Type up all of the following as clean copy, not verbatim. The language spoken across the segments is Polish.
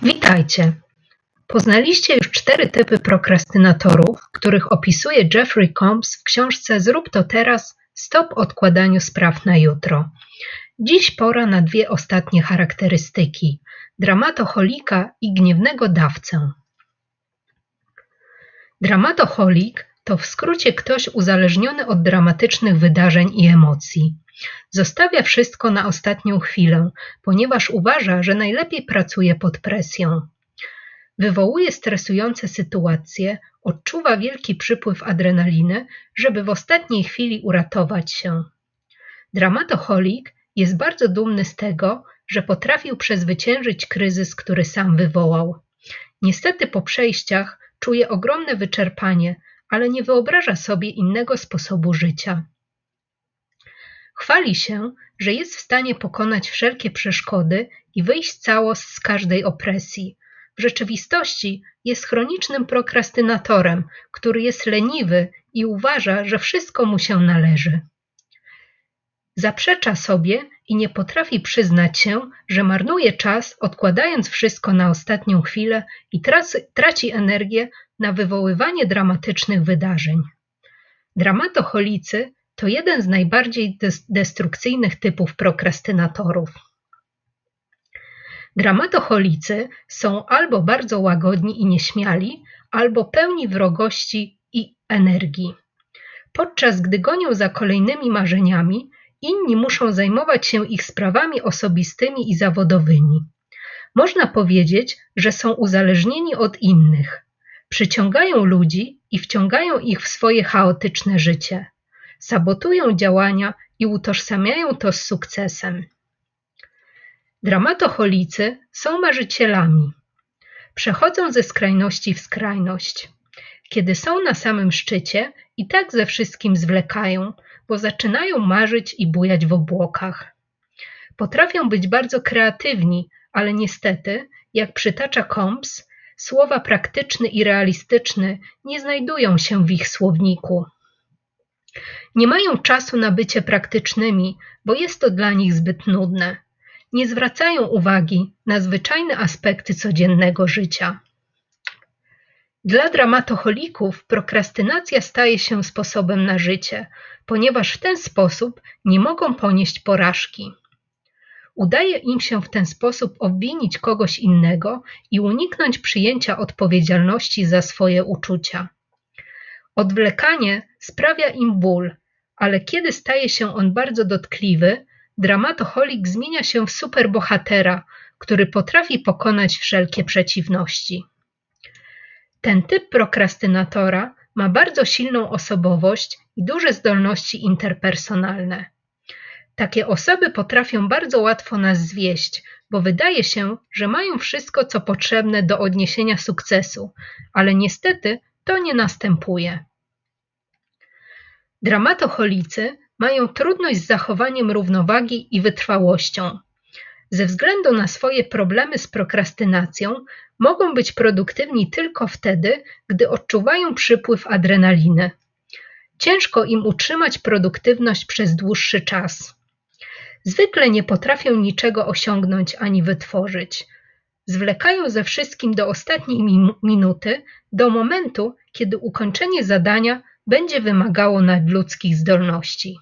Witajcie! Poznaliście już 4 typy prokrastynatorów, których opisuje Jeffrey Combs w książce Zrób to teraz – stop odkładaniu spraw na jutro. Dziś pora na 2 ostatnie charakterystyki – dramatoholika i gniewnego dawcę. Dramatoholik to w skrócie ktoś uzależniony od dramatycznych wydarzeń i emocji. Zostawia wszystko na ostatnią chwilę, ponieważ uważa, że najlepiej pracuje pod presją. Wywołuje stresujące sytuacje, odczuwa wielki przypływ adrenaliny, żeby w ostatniej chwili uratować się. Dramatoholik jest bardzo dumny z tego, że potrafił przezwyciężyć kryzys, który sam wywołał. Niestety po przejściach czuje ogromne wyczerpanie, ale nie wyobraża sobie innego sposobu życia. Chwali się, że jest w stanie pokonać wszelkie przeszkody i wyjść cało z każdej opresji. W rzeczywistości jest chronicznym prokrastynatorem, który jest leniwy i uważa, że wszystko mu się należy. Zaprzecza sobie i nie potrafi przyznać się, że marnuje czas, odkładając wszystko na ostatnią chwilę i traci energię na wywoływanie dramatycznych wydarzeń. Dramatoholicy to jeden z najbardziej destrukcyjnych typów prokrastynatorów. Dramatoholicy są albo bardzo łagodni i nieśmiali, albo pełni wrogości i energii. Podczas gdy gonią za kolejnymi marzeniami, inni muszą zajmować się ich sprawami osobistymi i zawodowymi. Można powiedzieć, że są uzależnieni od innych. Przyciągają ludzi i wciągają ich w swoje chaotyczne życie. Sabotują działania i utożsamiają to z sukcesem. Dramatoholicy są marzycielami. Przechodzą ze skrajności w skrajność. Kiedy są na samym szczycie, i tak ze wszystkim zwlekają, bo zaczynają marzyć i bujać w obłokach. Potrafią być bardzo kreatywni, ale niestety, jak przytacza Combs, słowa praktyczny i realistyczny nie znajdują się w ich słowniku. Nie mają czasu na bycie praktycznymi, bo jest to dla nich zbyt nudne. Nie zwracają uwagi na zwyczajne aspekty codziennego życia. Dla dramatoholików prokrastynacja staje się sposobem na życie, ponieważ w ten sposób nie mogą ponieść porażki. Udaje im się w ten sposób obwinić kogoś innego i uniknąć przyjęcia odpowiedzialności za swoje uczucia. Odwlekanie sprawia im ból, ale kiedy staje się on bardzo dotkliwy, dramatoholik zmienia się w superbohatera, który potrafi pokonać wszelkie przeciwności. Ten typ prokrastynatora ma bardzo silną osobowość i duże zdolności interpersonalne. Takie osoby potrafią bardzo łatwo nas zwieść, bo wydaje się, że mają wszystko, co potrzebne do odniesienia sukcesu, ale niestety to nie następuje. Dramatoholicy mają trudność z zachowaniem równowagi i wytrwałością. Ze względu na swoje problemy z prokrastynacją mogą być produktywni tylko wtedy, gdy odczuwają przypływ adrenaliny. Ciężko im utrzymać produktywność przez dłuższy czas. Zwykle nie potrafią niczego osiągnąć ani wytworzyć. Zwlekają ze wszystkim do ostatniej minuty, do momentu, kiedy ukończenie zadania będzie wymagało nadludzkich zdolności.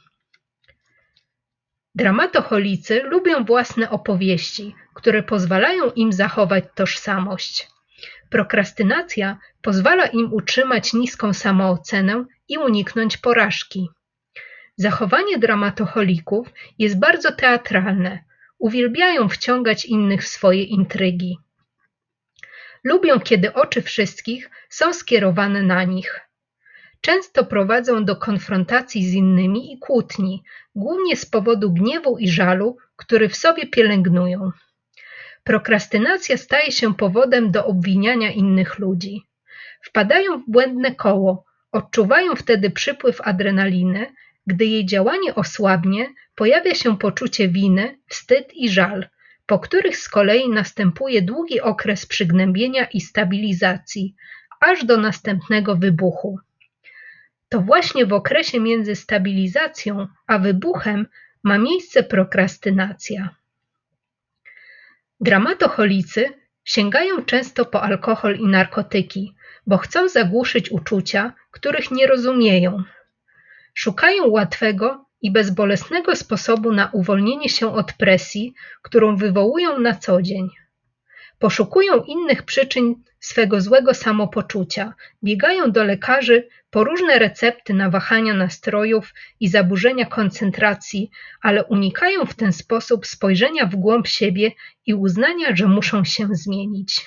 Dramatoholicy lubią własne opowieści, które pozwalają im zachować tożsamość. Prokrastynacja pozwala im utrzymać niską samoocenę i uniknąć porażki. Zachowanie dramatoholików jest bardzo teatralne. Uwielbiają wciągać innych w swoje intrygi. Lubią, kiedy oczy wszystkich są skierowane na nich. Często prowadzą do konfrontacji z innymi i kłótni, głównie z powodu gniewu i żalu, który w sobie pielęgnują. Prokrastynacja staje się powodem do obwiniania innych ludzi. Wpadają w błędne koło, odczuwają wtedy przypływ adrenaliny. Gdy jej działanie osłabnie, pojawia się poczucie winy, wstyd i żal, po których z kolei następuje długi okres przygnębienia i stabilizacji, aż do następnego wybuchu. To właśnie w okresie między stabilizacją a wybuchem ma miejsce prokrastynacja. Dramatoholicy Sięgają często po alkohol i narkotyki, bo chcą zagłuszyć uczucia, których nie rozumieją. Szukają łatwego i bezbolesnego sposobu na uwolnienie się od presji, którą wywołują na co dzień. Poszukują innych przyczyn swego złego samopoczucia, biegają do lekarzy po różne recepty na wahania nastrojów i zaburzenia koncentracji, ale unikają w ten sposób spojrzenia w głąb siebie i uznania, że muszą się zmienić.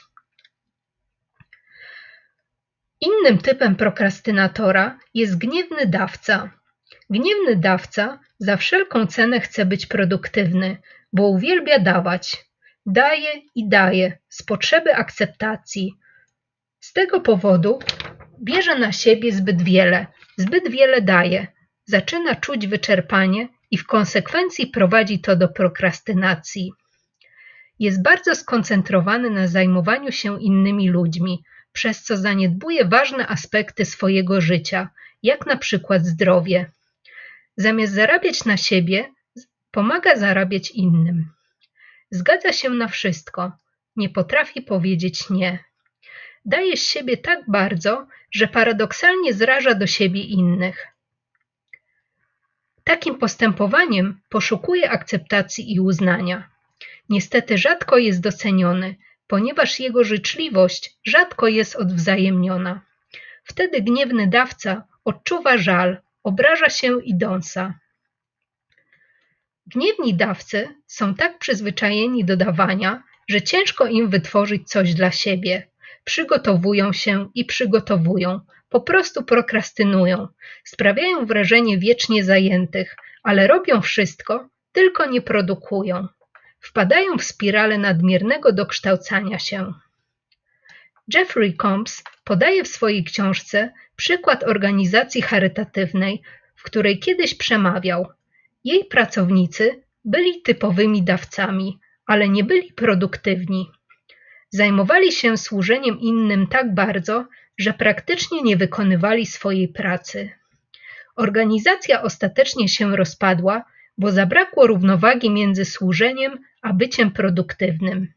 Innym typem prokrastynatora jest gniewny dawca. Gniewny dawca za wszelką cenę chce być produktywny, bo uwielbia dawać. Daje i daje z potrzeby akceptacji. Z tego powodu bierze na siebie zbyt wiele daje, zaczyna czuć wyczerpanie i w konsekwencji prowadzi to do prokrastynacji. Jest bardzo skoncentrowany na zajmowaniu się innymi ludźmi, przez co zaniedbuje ważne aspekty swojego życia, jak na przykład zdrowie. Zamiast zarabiać na siebie, pomaga zarabiać innym. Zgadza się na wszystko, nie potrafi powiedzieć nie. Daje z siebie tak bardzo, że paradoksalnie zraża do siebie innych. Takim postępowaniem poszukuje akceptacji i uznania. Niestety rzadko jest doceniony, ponieważ jego życzliwość rzadko jest odwzajemniona. Wtedy gniewny dawca odczuwa żal, obraża się i dąsa. Gniewni dawcy są tak przyzwyczajeni do dawania, że ciężko im wytworzyć coś dla siebie. Przygotowują się i przygotowują, po prostu prokrastynują, sprawiają wrażenie wiecznie zajętych, ale robią wszystko, tylko nie produkują. Wpadają w spiralę nadmiernego dokształcania się. Jeffrey Combs podaje w swojej książce przykład organizacji charytatywnej, w której kiedyś przemawiał. Jej pracownicy byli typowymi dawcami, ale nie byli produktywni. Zajmowali się służeniem innym tak bardzo, że praktycznie nie wykonywali swojej pracy. Organizacja ostatecznie się rozpadła, bo zabrakło równowagi między służeniem a byciem produktywnym.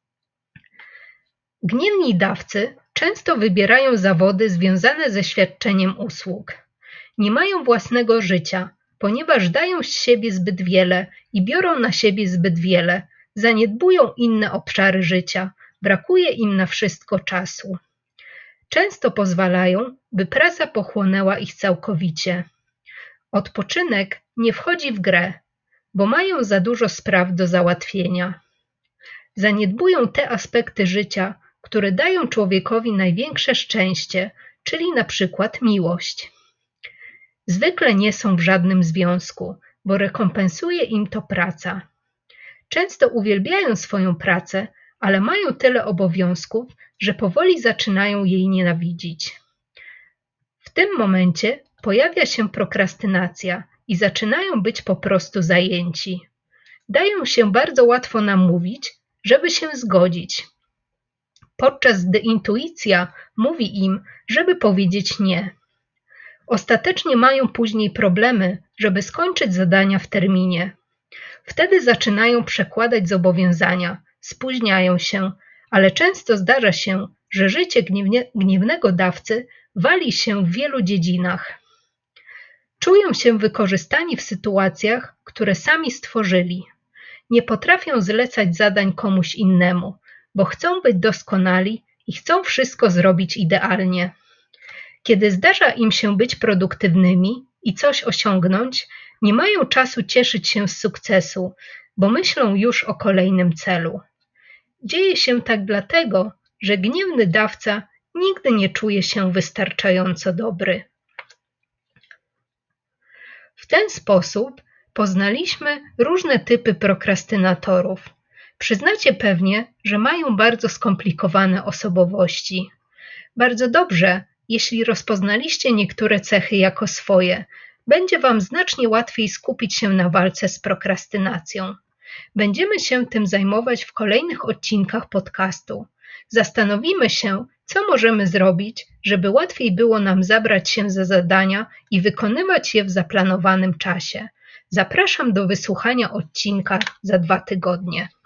Gniewni dawcy często wybierają zawody związane ze świadczeniem usług. Nie mają własnego życia, ponieważ dają z siebie zbyt wiele i biorą na siebie zbyt wiele, zaniedbują inne obszary życia, brakuje im na wszystko czasu. Często pozwalają, by praca pochłonęła ich całkowicie. Odpoczynek nie wchodzi w grę, bo mają za dużo spraw do załatwienia. Zaniedbują te aspekty życia, które dają człowiekowi największe szczęście, czyli na przykład miłość. Zwykle nie są w żadnym związku, bo rekompensuje im to praca. Często uwielbiają swoją pracę, ale mają tyle obowiązków, że powoli zaczynają jej nienawidzić. W tym momencie pojawia się prokrastynacja i zaczynają być po prostu zajęci. Dają się bardzo łatwo namówić, żeby się zgodzić, podczas gdy intuicja mówi im, żeby powiedzieć nie. Ostatecznie mają później problemy, żeby skończyć zadania w terminie. Wtedy zaczynają przekładać zobowiązania, spóźniają się, ale często zdarza się, że życie gniewnego dawcy wali się w wielu dziedzinach. Czują się wykorzystani w sytuacjach, które sami stworzyli. Nie potrafią zlecać zadań komuś innemu, bo chcą być doskonali i chcą wszystko zrobić idealnie. Kiedy zdarza im się być produktywnymi i coś osiągnąć, nie mają czasu cieszyć się z sukcesu, bo myślą już o kolejnym celu. Dzieje się tak dlatego, że gniewny dawca nigdy nie czuje się wystarczająco dobry. W ten sposób poznaliśmy różne typy prokrastynatorów. Przyznacie pewnie, że mają bardzo skomplikowane osobowości. Bardzo dobrze, jeśli rozpoznaliście niektóre cechy jako swoje. Będzie Wam znacznie łatwiej skupić się na walce z prokrastynacją. Będziemy się tym zajmować w kolejnych odcinkach podcastu. Zastanowimy się, co możemy zrobić, żeby łatwiej było nam zabrać się za zadania i wykonywać je w zaplanowanym czasie. Zapraszam do wysłuchania odcinka za 2 tygodnie.